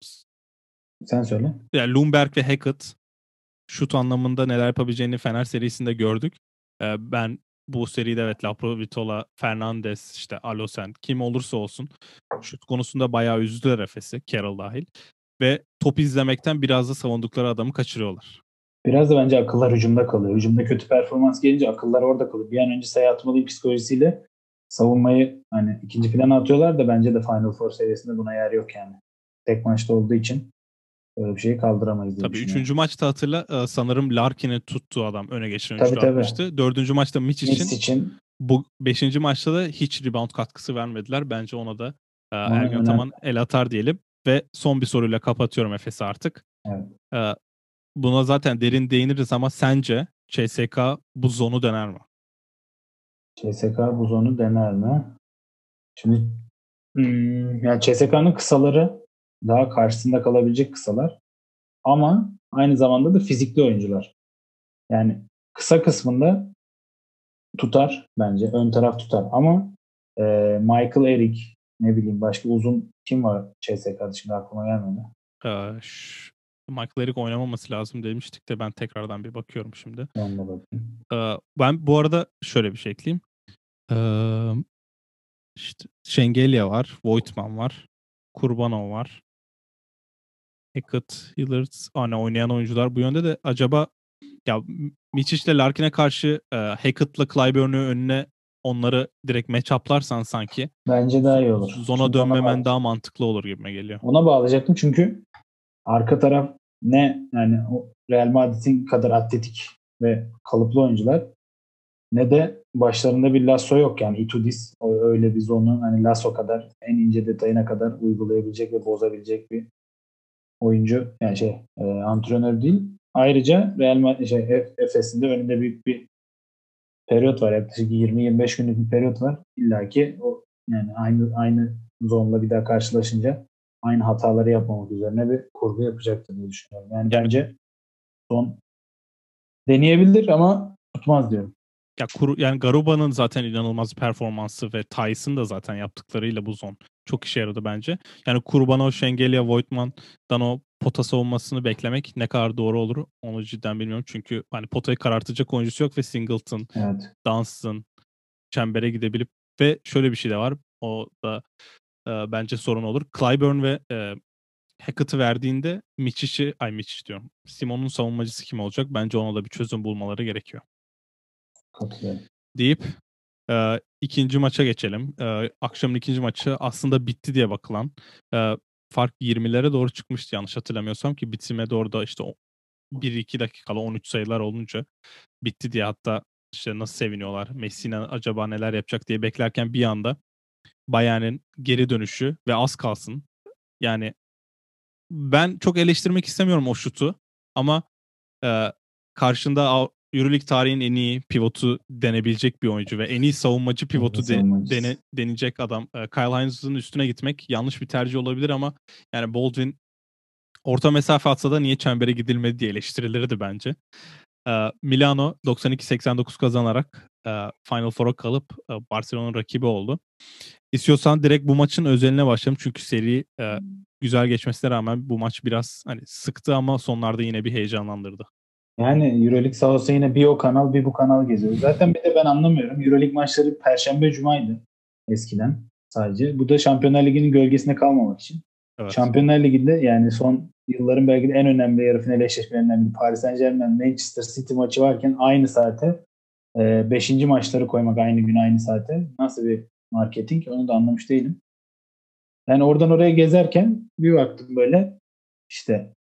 sen söyle. Lundberg ve Hackett şut anlamında neler yapabileceğini Fener serisinde gördük. Ben bu seride evet Laprovitola, Fernandez, işte Alosen kim olursa olsun şut konusunda bayağı üzdüler Efes'i, Carroll dahil. Ve top izlemekten biraz da savundukları adamı kaçırıyorlar. Biraz da bence akıllar hücumda kalıyor. Hücumda kötü performans gelince akıllar orada kalıyor. Bir an önce sayı atmalıyım psikolojisiyle savunmayı hani ikinci plana atıyorlar da bence de Final Four seviyesinde buna yer yok yani. Tek maçta olduğu için öyle bir şeyi kaldıramayız diye Tabii düşünüyorum. 3. maçta hatırla sanırım Larkin'i tuttuğu adam öne geçiren Tabii üçlü tabii. atmıştı. 4. maçta Mitch Miss için için bu 5. maçta da hiç rebound katkısı vermediler. Bence ona da onu Ergin önemli. Ataman el atar diyelim. Ve son bir soruyla kapatıyorum Efes'i artık. Evet. E, Buna zaten derin değiniriz ama sence CSK bu zonu döner mi? CSK buzonu dener mi? Şimdi yani CSK'nın kısaları daha karşısında kalabilecek kısalar. Ama aynı zamanda da fizikli oyuncular. Yani kısa kısmında tutar bence. Ön taraf tutar. Ama e, Michael Eric ne bileyim başka uzun kim var CSK'da şimdi aklıma gelmedi. E, Michael Eric oynamaması lazım demiştik de ben tekrardan bir bakıyorum şimdi. Ben de bakayım. Ben bu arada şöyle bir şey ekleyeyim. E, işte Şengelya var, Voigtman var, Kurbanov var. Hackett, Hillard, hani oynayan oyuncular bu yönde de acaba ya Miçic'le Larkin'e karşı Hackett'la Clyburn'u önüne onları direkt matchup'larsan sanki Bence daha iyi olur. zona Şimdi dönmemen daha mantıklı olur gibime geliyor. ona bağlayacaktım çünkü arka taraf ne yani o Real Madrid'in kadar atletik ve kalıplı oyuncular ne de başlarında bir lasso yok yani Itudis öyle bir zonu hani lasso kadar en ince detayına kadar uygulayabilecek ve bozabilecek bir oyuncu yani antrenör değil. Ayrıca Real Madrid Efes'in de önünde büyük bir periyot var. Yaklaşık 20-25 günlük bir periyot var. İlla ki o yani aynı zonla bir daha karşılaşınca aynı hataları yapmamak üzerine bir kurgu yapacaktır diye düşünüyorum. Yani Yani bence son deneyebilir ama tutmaz diyorum. ya yani Garuba'nın zaten inanılmaz performansı ve Tyson da zaten yaptıklarıyla bu zon çok işe yaradı bence. Yani Kurbano, Şengelya, Voigtman'dan o pota savunmasını beklemek ne kadar doğru olur onu cidden bilmiyorum. Çünkü hani potayı karartacak oyuncusu yok ve Singleton, Evet. Dunstan çembere gidebilip ve şöyle bir şey de var. O da bence sorun olur. Clyburn ve Hackett'ı verdiğinde Miçic diyorum. Simon'un savunmacısı kim olacak? Bence ona da bir çözüm bulmaları gerekiyor. Katılıyorum. Deyip ikinci maça geçelim. Akşamın ikinci maçı aslında bitti diye bakılan. E, Fark 20'lere doğru çıkmıştı yanlış hatırlamıyorsam ki bitime doğru da işte 1-2 dakikada 13 sayılar olunca bitti diye hatta işte nasıl seviniyorlar. Messina acaba neler yapacak diye beklerken bir anda Bayern'in geri dönüşü ve az kalsın. Yani ben çok eleştirmek istemiyorum o şutu ama karşında Euroleague tarihin en iyi pivotu denebilecek bir oyuncu ve en iyi savunmacı En iyi pivotu savunmacısı. deneyecek adam. Kyle Hines'ın üstüne gitmek yanlış bir tercih olabilir ama yani Baldwin orta mesafe atsa da niye çembere gidilmedi diye eleştirilirdi bence. Milano 92-89 kazanarak Final Four'a kalıp Barcelona'nın rakibi oldu. İstiyorsan direkt bu maçın özeline başlayalım çünkü seri güzel geçmesine rağmen bu maç biraz hani sıktı ama sonlarda yine bir heyecanlandırdı. Yani Euroleague sağ olsa yine bir o kanal bir bu kanal geziyor. Zaten bir de ben anlamıyorum. Euroleague maçları Perşembe Cuma'ydı eskiden sadece. Bu da Şampiyonlar Ligi'nin gölgesine kalmamak için. Evet. Şampiyonlar Ligi'nde yani son yılların belki de en önemli yarı final eşleşmelerinden biri Paris Saint-Germain Manchester City maçı varken aynı saate 5. maçları koymak aynı gün aynı saate nasıl bir marketing onu da anlamış değilim. Yani oradan oraya gezerken bir baktım böyle işte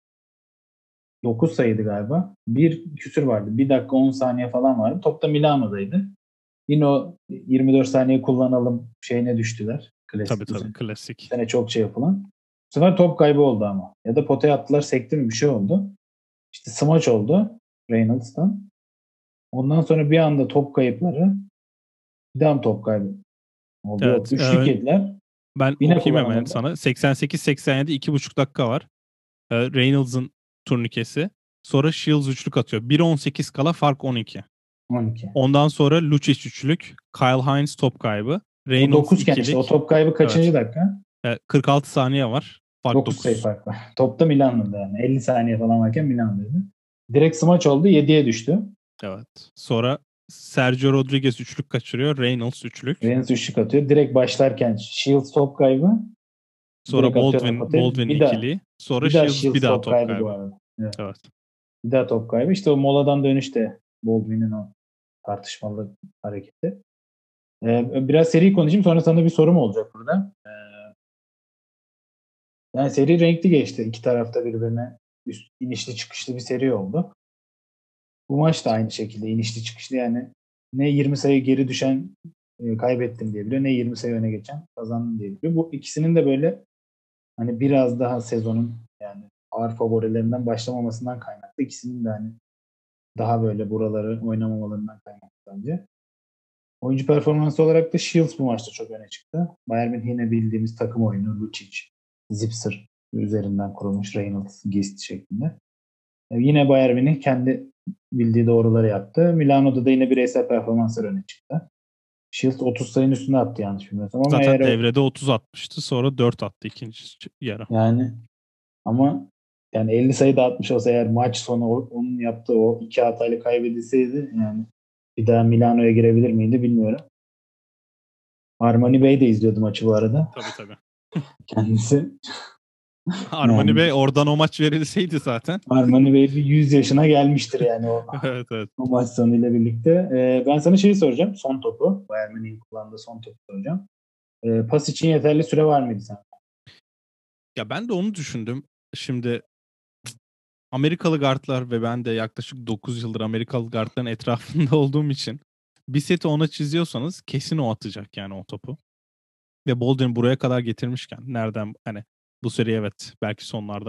9 sayıydı galiba. Bir küsür vardı. 1 dakika 10 saniye falan vardı. Top da Milano'daydı. Yine o 24 saniye kullanalım şeyine düştüler. Tabii Klasik bu tabii sene. Bu klasik. sene çok şey yapılan. Bu sefer top kaybı oldu ama. Ya da potaya attılar sekti mi bir şey oldu. İşte smaç oldu Reynolds'tan. Ondan sonra bir anda top kayıpları. Bir daha top kaybı oldu. Yok. Evet. Üçlük yediler. Ben Yine okuyayım hemen kullanamadılar. sana. 88-87 2,5 dakika var. Reynolds'ın turnikesi. Sonra Shields üçlük atıyor. 1.18 kala fark 12. 12. Ondan sonra Lucic üçlük. Kyle Hines top kaybı. O Reynolds 9 iken işte o ikilik. top kaybı Evet. kaçıncı dakika? 46 saniye var. Fark 9 sayı 9. fark var. Topta Milano'da yani. 50 saniye falan varken Milano'daydı. Direkt smaç oldu. 7'ye düştü. Evet. Sonra Sergio Rodriguez üçlük kaçırıyor. Reynolds üçlük. Reigns üçlük atıyor. Direkt başlarken Shields top kaybı. Sonra Direkt atıyorlar potaya. Baldwin Bir daha. ikili. Sonra Bir daha Shields bir Shields daha top top kaybı bu kaybı. arada. Evet. Evet. Bir daha top kaybı. İşte o moladan dönüşte Baldwin'in o tartışmalı hareketi. Biraz seri konuşayım. Sonra sana bir sorum olacak burada. Yani seri renkli geçti. İki tarafta birbirine inişli çıkışlı bir seri oldu. Bu maç da aynı şekilde inişli çıkışlı yani ne 20 sayı geri düşen kaybettim diyebiliyor ne 20 sayı öne geçen kazandım diyebiliyor. Bu ikisinin de böyle hani biraz daha sezonun yani ağır favorilerinden başlamamasından kaynaklı. İkisinin de hani daha böyle buraları oynamamalarından kaynaklı bence. Oyuncu performansı olarak da Shields bu maçta çok öne çıktı. Bayern Münih yine bildiğimiz takım oyunu Lucic, Zipser üzerinden kurulmuş Reynolds, Gist şeklinde. Yine Bayern Münih kendi bildiği doğruları yaptı. Milano'da da yine bireysel performanslar öne çıktı. Shields 30 sayının üstüne attı yanlış bilmiyorsam ama eğer Zaten o devrede 30 atmıştı. Sonra 4 attı ikinci yarı. yani ama yani 50 sayı da atmış olsa eğer maç sonu onun yaptığı o iki hatayla kaybedilseydi yani bir daha Milano'ya girebilir miydi bilmiyorum. Armani Bey de izliyordu maçı bu arada. Tabii tabii. Kendisi Armani yani Bey oradan o maç verilseydi zaten. Armani Bey bir 100 yaşına gelmiştir yani Evet evet. o maç sonuyla birlikte. Ben sana şeyi soracağım. Son topu. Bayern Münih'in kullandığı son topu soracağım. Pas için yeterli süre var mıydı sen? Ya ben de onu düşündüm. Şimdi Amerikalı guardlar ve ben de yaklaşık 9 yıldır Amerikalı guardların etrafında olduğum için bir seti ona çiziyorsanız kesin o atacak yani o topu. Ve Bolden'i buraya kadar getirmişken nereden hani bu seri evet belki sonlarda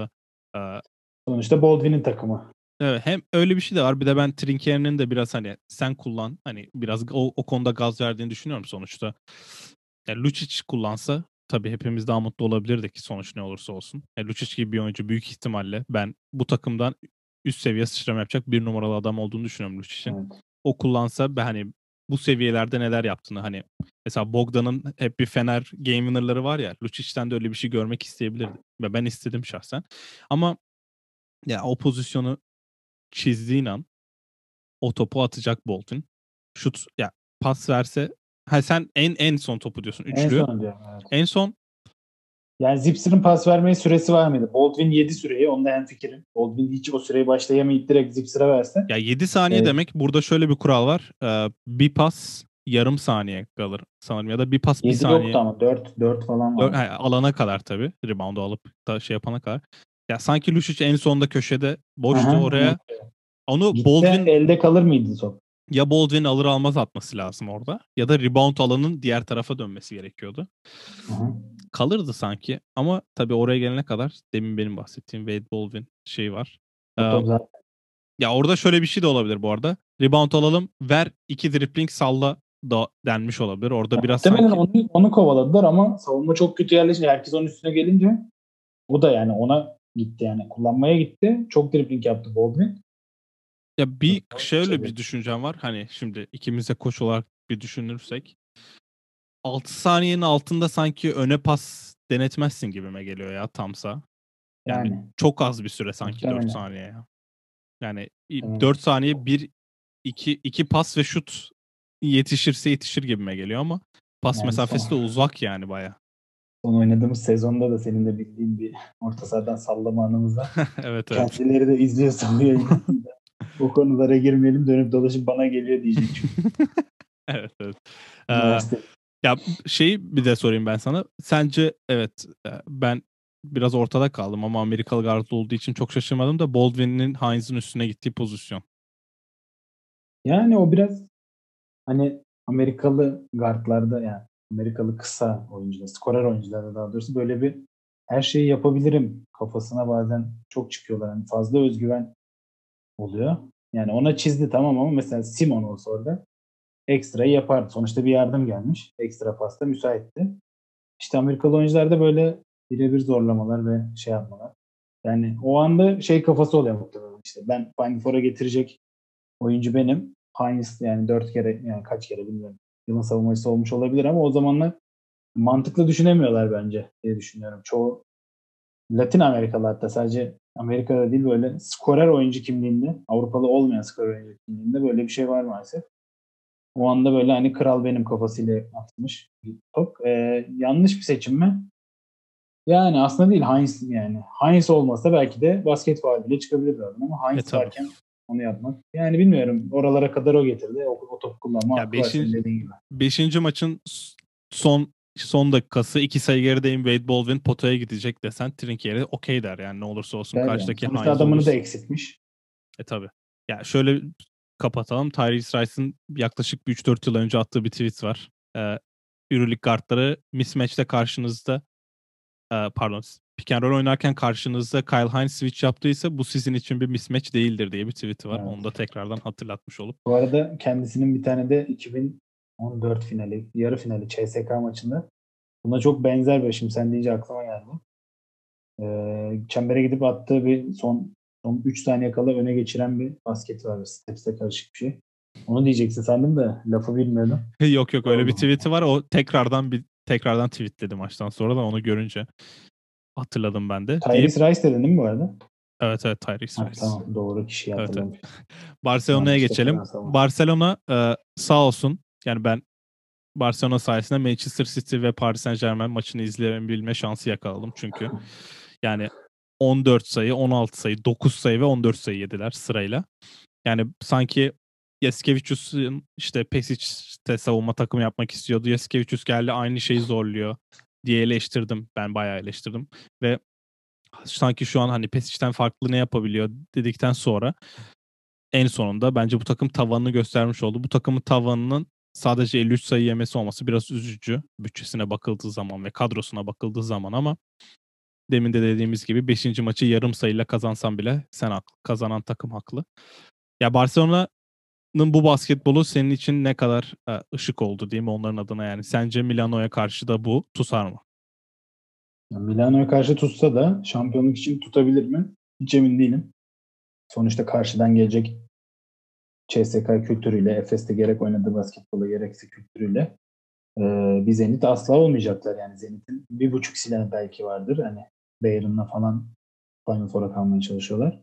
Ee, Sonuçta Baldwin'in takımı. Evet, hem öyle bir şey de var. Bir de ben Trinkier'in de biraz hani sen kullan, hani biraz o konuda gaz verdiğini düşünüyorum sonuçta. Yani Lucic kullansa tabii hepimiz daha mutlu olabilirdik, sonuç ne olursa olsun. Yani Lucic gibi bir oyuncu büyük ihtimalle ben bu takımdan üst seviye sıçrama yapacak bir numaralı adam olduğunu düşünüyorum Lucic'in. Evet. O kullansa ben hani bu seviyelerde neler yaptığını, hani mesela Bogdan'ın hep bir Fener game winner'ları var ya, Lucic'ten de öyle bir şey görmek isteyebilirdim. Ve ben istedim şahsen. Ama ya o pozisyonu çizdiğin an o topu atacak Bolton. Şut ya, pas verse, ha sen en son topu diyorsun, En üçlü. son diyorum, evet. En son Yani Zipser'ın pas vermeye süresi var mıydı? Baldwin 7 süreyi. Onda hemfikirim. Baldwin hiç o süreyi başlayamayıp direkt Zipser'a verse. ya 7 saniye Evet, demek, burada şöyle bir kural var. Bir pas yarım saniye kalır sanırım, ya da bir pas bir 7 yoktu saniye. ama 4 falan vardı. Alana kadar tabii. Rebound'u alıp da şey yapana kadar. Ya sanki Lucic en sonda köşede Hı boştu hı. oraya. Onu Gitse Baldwin, elde kalır mıydı top? ya Baldwin alır almaz atması lazım orada. Ya da rebound alanın diğer tarafa dönmesi gerekiyordu. Hı hı. Kalırdı sanki, ama tabii oraya gelene kadar demin benim bahsettiğim Wade Baldwin şey var. O Ee, top zaten. Ya orada şöyle bir şey de olabilir bu arada. Rebound alalım, ver iki dribbling salla da denmiş olabilir. Orada biraz Muhtemelen sanki, onu kovaladılar ama savunma çok kötü yerleşince, herkes onun üstüne gelince o da yani ona gitti, yani kullanmaya gitti. Çok dribbling yaptı Baldwin. ya bir şöyle Çevirdi. bir düşüncem var. Hani şimdi ikimiz de koç olarak bir düşünürsek, 6 saniyenin altında sanki öne pas denetmezsin gibime geliyor ya tamsa. Yani Yani çok az bir süre sanki 4 muhtemelen. saniye ya. Yani Muhtemelen. 4 saniye bir iki pas ve şut yetişirse yetişir gibime geliyor, ama pas Yani mesafesi de uzak yani baya. son oynadığımız sezonda da senin de bildiğin bir orta sahadan sallama anımız var. Evet, evet. Kendileri de izliyorsa bu yayını, o konulara girmeyelim, dönüp dolaşıp bana geliyor diyecek çünkü. Evet, evet. Ee, Üniversite. Ya şeyi bir de sorayım ben sana. Sence, evet, ben biraz ortada kaldım ama Amerikalı guard olduğu için çok şaşırmadım da, Baldwin'in Hines'in üstüne gittiği pozisyon. Yani o biraz hani Amerikalı guardlarda, yani Amerikalı kısa oyuncular, skorer oyuncularda daha doğrusu, böyle bir her şeyi yapabilirim kafasına bazen çok çıkıyorlar. Yani fazla özgüven oluyor. Yani ona çizdi tamam, ama mesela Simon olsa orada ekstrayı yapardı. Sonuçta bir yardım gelmiş. Ekstra pasta müsaitti. İşte Amerikalı oyuncularda böyle birebir zorlamalar ve şey yapmalar. Yani o anda şey kafası oluyor muhtemelen. İşte ben Final Four'a getirecek oyuncu benim. Hines yani 4 kere, yani kaç kere bilmiyorum. Yılın savunmacısı olmuş olabilir ama o zamanlar mantıklı düşünemiyorlar bence diye düşünüyorum. Çoğu Latin Amerikalı, hatta sadece Amerika'da değil, böyle skorer oyuncu kimliğinde, Avrupalı olmayan skorer oyuncu kimliğinde böyle bir şey var maalesef. O anda böyle hani kral benim kafasıyla atmış bir top. Yanlış bir seçim mi? Yani aslında değil. Hines, yani Hines olmasa belki de basket faul bile çıkabilirdi adam, ama Hines Tabii. varken onu yapmak. Yani bilmiyorum. Oralara kadar o getirdi. O topu kullanma Ya hakkı var senin dediğin gibi. beşinci maçın son dakikası, 2 sayı gerideyim, Wade Baldwin potaya gidecek desen, Trinkier'e okey der yani, ne olursa olsun Der yani. karşıdaki Sonuçta Hines adamını da olursa. eksiltmiş. Tabii. Ya şöyle kapatalım. Tyrese Rice'ın yaklaşık bir 3-4 yıl önce attığı bir tweet var. Euroleague guardları mismatch'te karşınızda, pardon, pick and roll oynarken karşınızda Kyle Hines switch yaptıysa bu sizin için bir mismatch değildir diye bir tweet'i var. Onu da Evet. tekrardan hatırlatmış olup. Bu arada kendisinin bir tane de 2014 finali, yarı finali CSK maçında buna çok benzer bir, şimdi sen deyince aklıma geldi. Çembere gidip attığı bir son 3 saniye kala öne geçiren bir basket var. Steps'te karışık bir şey. Onu diyeceksin sandım da lafı bilmiyordum. Yok, yok, öyle bir Oldu. tweet'i var. O tekrardan tweetledi maçtan sonra da, onu görünce hatırladım ben de. Deyip, Tyrese Rice dedin değil mi bu arada? evet, evet, Tyrese Ha, Rice. tamam, doğru kişiyi Evet, evet. hatırlamış. Barcelona'ya Yanlış geçelim. referans ama. Barcelona sağ olsun. Yani ben Barcelona sayesinde Manchester City ve Paris Saint-Germain maçını izleyebilme şansı yakaladım çünkü. Yani 14 sayı, 16 sayı, 9 sayı ve 14 sayı yediler sırayla. Yani sanki Jasikevicius'un işte Pesic'te savunma takımı yapmak istiyordu. Jasikevicius geldi, aynı şeyi zorluyor diye eleştirdim. Ben bayağı eleştirdim. Ve sanki şu an hani Pesic'ten farklı ne yapabiliyor dedikten sonra, en sonunda bence bu takım tavanını göstermiş oldu. Bu takımın tavanının sadece 53 sayı yemesi olması biraz üzücü bütçesine bakıldığı zaman ve kadrosuna bakıldığı zaman, ama demin de dediğimiz gibi 5. maçı yarım sayıyla kazansan bile sen haklı. Kazanan takım haklı. Ya Barcelona'nın bu basketbolu senin için ne kadar ışık oldu değil mi onların adına yani? Sence Milano'ya karşı da bu tutar mı? Yani Milano'ya karşı tutsa da şampiyonluk için tutabilir mi? Hiç emin değilim. Sonuçta karşıdan gelecek CSKA kültürüyle, Efes'te gerek oynadığı basketbola gerekse kültürüyle bir Zenit asla olmayacaklar. Yani Zenit'in 1,5 silahı belki vardır. Hani Bayern'la falan Final Four'a kalmaya çalışıyorlar.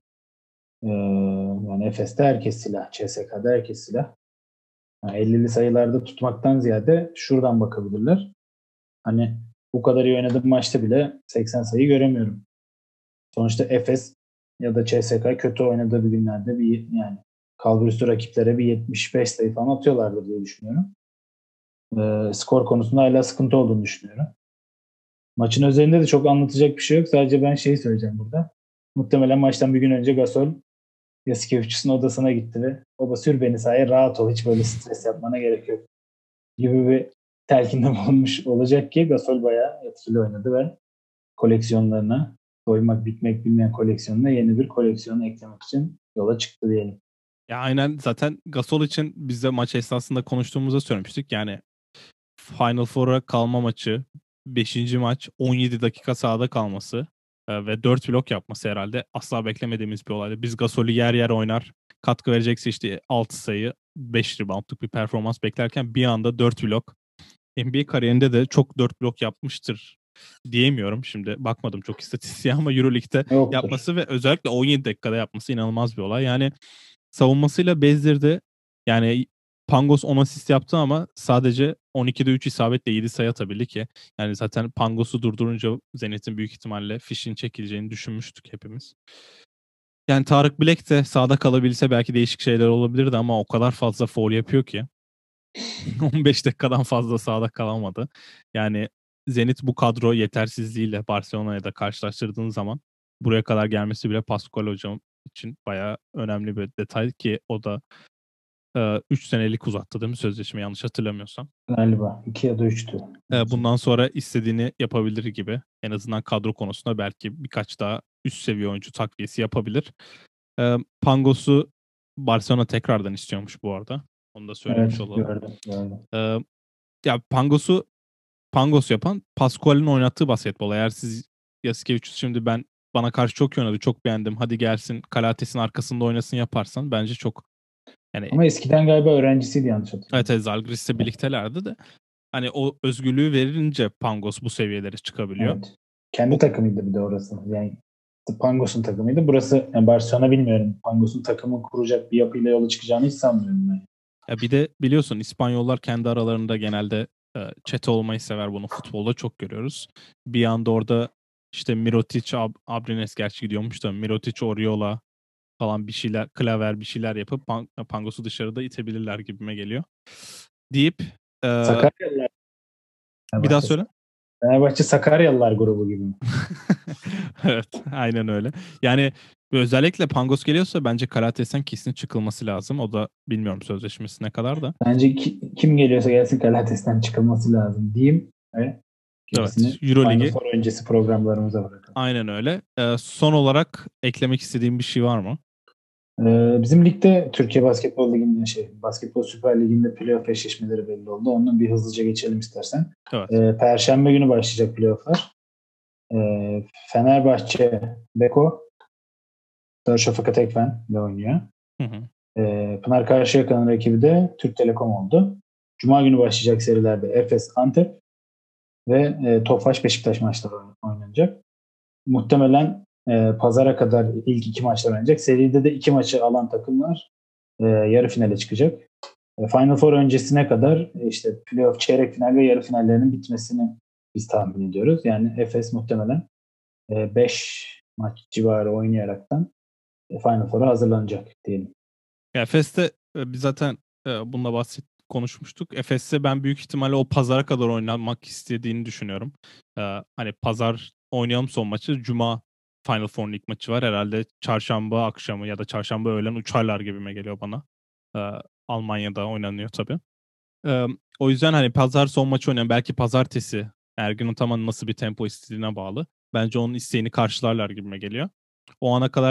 Yani Efes'te herkes silah, CSK'da herkes silah. Yani 50'li sayılarda tutmaktan ziyade şuradan bakabilirler. Hani bu kadar iyi oynadığım maçta bile 80 sayı göremiyorum. Sonuçta Efes ya da CSK kötü oynadığı bir günlerde bir yani kalburüstü rakiplere bir 75 sayı falan atıyorlardır diye düşünüyorum. Skor konusunda hala sıkıntı olduğunu düşünüyorum. Maçın özelinde de çok anlatacak bir şey yok. Sadece ben şeyi söyleyeceğim burada. Muhtemelen maçtan bir gün önce Gasol Yasikevicius'un odasına gitti ve baba sür beni sahaya rahat ol. Hiç böyle stres yapmana gerek yok gibi bir telkinde bulunmuş olacak ki Gasol bayağı etkili oynadı ve koleksiyonlarına doymak bitmek bilmeyen koleksiyonuna yeni bir koleksiyonu eklemek için yola çıktı diyelim. Ya aynen zaten Gasol için biz de maç esnasında konuştuğumuzda söylemiştik. Yani Final Four'a kalma maçı, 5. maç 17 dakika sahada kalması ve 4 blok yapması herhalde asla beklemediğimiz bir olaydı. Biz Gasol'ü yer yer oynar, katkı verecekse işte 6 sayı, 5 reboundluk bir performans beklerken bir anda 4 blok. NBA kariyerinde de çok 4 blok yapmıştır diyemiyorum. Şimdi bakmadım çok istatistiğe ama EuroLeague'de Yoktur. yapması ve özellikle 17 dakikada yapması inanılmaz bir olay. Yani savunmasıyla bezdirdi. Yani Pangos 10 asist yaptı ama sadece 12'de 3 isabetle 7 sayı atabildi ki. Yani zaten Pangos'u durdurunca Zenit'in büyük ihtimalle fişin çekileceğini düşünmüştük hepimiz. Yani Tarık Bilek de sahada kalabilse belki değişik şeyler olabilirdi ama o kadar fazla foul yapıyor ki. 15 dakikadan fazla sahada kalamadı. Yani Zenit bu kadro yetersizliğiyle Barcelona'ya da karşılaştırdığın zaman buraya kadar gelmesi bile Pascual hocam için bayağı önemli bir detay ki o da 3 senelik uzattı değil mi sözleşme yanlış hatırlamıyorsam. Galiba 2 ya da 3'tü. Bundan sonra istediğini yapabilir gibi. En azından kadro konusunda belki birkaç daha üst seviye oyuncu takviyesi yapabilir. Pangos'u Barcelona tekrardan istiyormuş bu arada. Onu da söylemiş Evet, olalım. gördüm. Ee, Ya Pangos yapan Pascual'in oynattığı basketbol. Eğer siz Yasikevicius şimdi bana karşı çok iyi oynadı, çok beğendim. Hadi gelsin Kalates'in arkasında oynasın yaparsan bence çok yani Ama eskiden galiba öğrencisiydi yanlış evet, hatırlamıyorum. evet Zalgiris'le birliktelerdi de hani o özgürlüğü verince Pangos bu seviyelere çıkabiliyor. Evet. Kendi O takımıydı bir de orası. Yani Pangos'un takımıydı. Burası yani Barcelona bilmiyorum. Pangos'un takımı kuracak bir yapıyla yola çıkacağını hiç sanmıyorum ben. ya bir de biliyorsun İspanyollar kendi aralarında genelde çete olmayı sever bunu futbolda çok görüyoruz. Bir anda orada işte Mirotic, Abrines gerçi gidiyormuş da Mirotic, Oriola falan bir şeyler, klaver bir şeyler yapıp Pangos'u dışarıda itebilirler gibime geliyor. Deyip e, Sakaryalılar. bir daha Fenerbahçe, söyle. Fenerbahçe Sakaryalılar grubu gibi mi? Evet, aynen öyle. Yani özellikle Pangos geliyorsa bence Kalates'ten kesin çıkılması lazım. O da bilmiyorum sözleşmesi ne kadar da. Bence kim geliyorsa gelsin Kalates'ten çıkılması lazım diyeyim ve Evet, gerisini Final Euroligi Four öncesi programlarımıza bırakalım. aynen öyle. Son olarak eklemek istediğim bir şey var mı? Bizim ligde Türkiye Basketbol Ligi'nde Basketbol Süper Ligi'nde playoff eşleşmeleri belli oldu. Onu bir hızlıca geçelim istersen. Evet. Perşembe günü başlayacak playofflar. Fenerbahçe Beko Darüşşafaka Tekfen ile oynuyor. Hı hı. Pınar Karşıyaka'nın rakibi de Türk Telekom oldu. Cuma günü başlayacak serilerde Efes Antep ve Tofaş Beşiktaş maçları oynanacak. Muhtemelen pazara kadar ilk 2 maçlar oynanacak. Seride de 2 maçı alan takımlar yarı finale çıkacak. Final Four öncesine kadar işte playoff, çeyrek final ve yarı finallerinin bitmesini biz tahmin ediyoruz. Yani Efes muhtemelen 5 maç civarı oynayaraktan Final Four'a hazırlanacak diyelim. Ya Efes'te biz zaten bununla konuşmuştuk. Efes'te ben büyük ihtimalle o pazara kadar oynamak istediğini düşünüyorum. Hani pazar oynayalım son maçı. Cuma Final Four ilk maçı var. Herhalde çarşamba akşamı ya da çarşamba öğlen uçarlar gibime geliyor bana. Almanya'da oynanıyor tabii. O yüzden hani pazar son maçı oynayan belki pazartesi Ergin Ataman nasıl bir tempo istediğine bağlı. Bence onun isteğini karşılarlar gibime geliyor. O ana kadar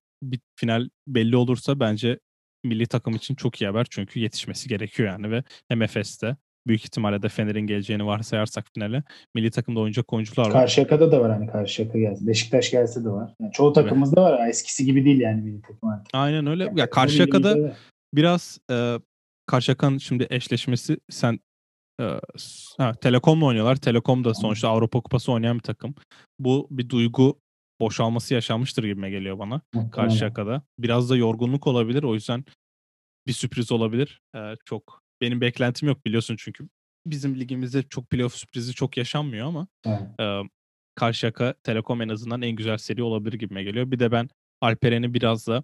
final belli olursa bence milli takım için çok iyi haber. Çünkü yetişmesi gerekiyor yani ve hem Efes'te büyük ihtimalle de Fener'in geleceğini varsayarsak finale milli takımda oynayacak oyuncular var. Karşıyaka'da da var hani Karşıyaka gelse. Beşiktaş gelse de var. Yani çoğu Tabii. takımımızda var. Eskisi gibi değil yani milli takım artık. Aynen öyle. Yani Ya takımda millimizde Karşıyaka'da de. biraz Karşıyaka'nın şimdi eşleşmesi sen Telekom'la oynuyorlar. Telekom da sonuçta Avrupa Kupası oynayan bir takım. Bu bir duygu boşalması yaşanmıştır gibime geliyor bana Muhtemelen. Karşıyaka'da. Biraz da yorgunluk olabilir. O yüzden bir sürpriz olabilir. Çok benim beklentim yok biliyorsun çünkü bizim ligimizde çok playoff sürprizi çok yaşanmıyor ama Evet. e, Karşıyaka Telekom en azından en güzel seri olabilir gibime geliyor. Bir de ben Alperen'i biraz da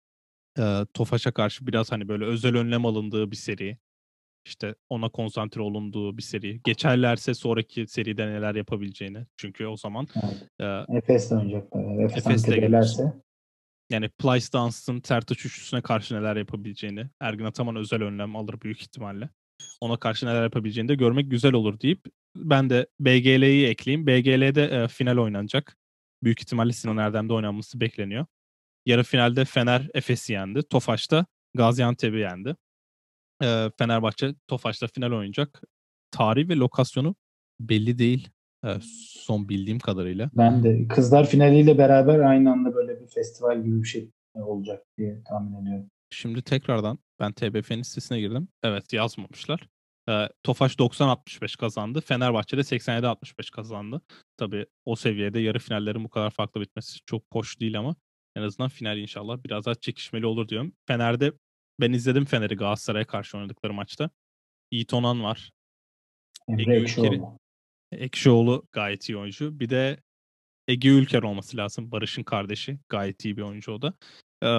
Tofaş'a karşı biraz hani böyle özel önlem alındığı bir seri. İşte ona konsantre olunduğu bir seri. Geçerlerse sonraki seride neler yapabileceğini. Çünkü o zaman Evet. e, Efes'le oynayacaklar. Yani Efes Efes'le Antep'i geliyorsun. elerse Yani Plyce Dunstan, Sertaç üçlüsüne karşı neler yapabileceğini, Ergin Ataman özel önlem alır büyük ihtimalle. Ona karşı neler yapabileceğini de görmek güzel olur deyip ben de BGL'yi ekleyeyim. BGL'de final oynanacak. Büyük ihtimalle Sinan Erdem'de oynanması bekleniyor. Yarı finalde Fener Efes'i yendi. Tofaş'ta Gaziantep'i yendi. Fenerbahçe Tofaş'la final oynayacak. Tarih ve lokasyonu belli değil. Son bildiğim kadarıyla. ben de kızlar finaliyle beraber aynı anda böyle bir festival gibi bir şey olacak diye tahmin ediyorum. Şimdi tekrardan ben TBF'nin sitesine girdim. Evet yazmamışlar. Tofaş 90-65 kazandı. Fenerbahçe de 87-65 kazandı. Tabii o seviyede yarı finallerin bu kadar farklı bitmesi çok hoş değil ama en azından final inşallah biraz daha çekişmeli olur diyorum. Fener'de ben izledim Fener'i Galatasaray'a karşı oynadıkları maçta. Yiğit Onan var. Emre Ege Ülker'i. Ekşioğlu. Ekşioğlu gayet iyi oyuncu. Bir de Ege Ülker olması lazım. Barış'ın kardeşi. Gayet iyi bir oyuncu o da. Ee,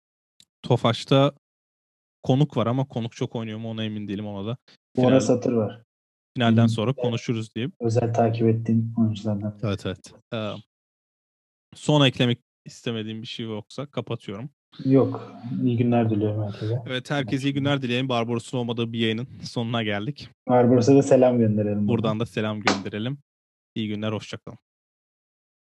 Tofaş'ta konuk var ama konuk çok oynuyor mu ona emin değilim ona da. Bora Satır var. Finalden Benim sonra konuşuruz diyeyim. özel takip ettiğim oyunculardan biri. Evet evet. Son eklemek istemediğim bir şey yoksa kapatıyorum. Yok. İyi günler diliyorum herkese. Evet herkese iyi günler dileyelim. Barbaros'un olmadığı bir yayının sonuna geldik. Barbaros'a da selam gönderelim buradan. Buradan da selam gönderelim. İyi günler, hoşça kalın.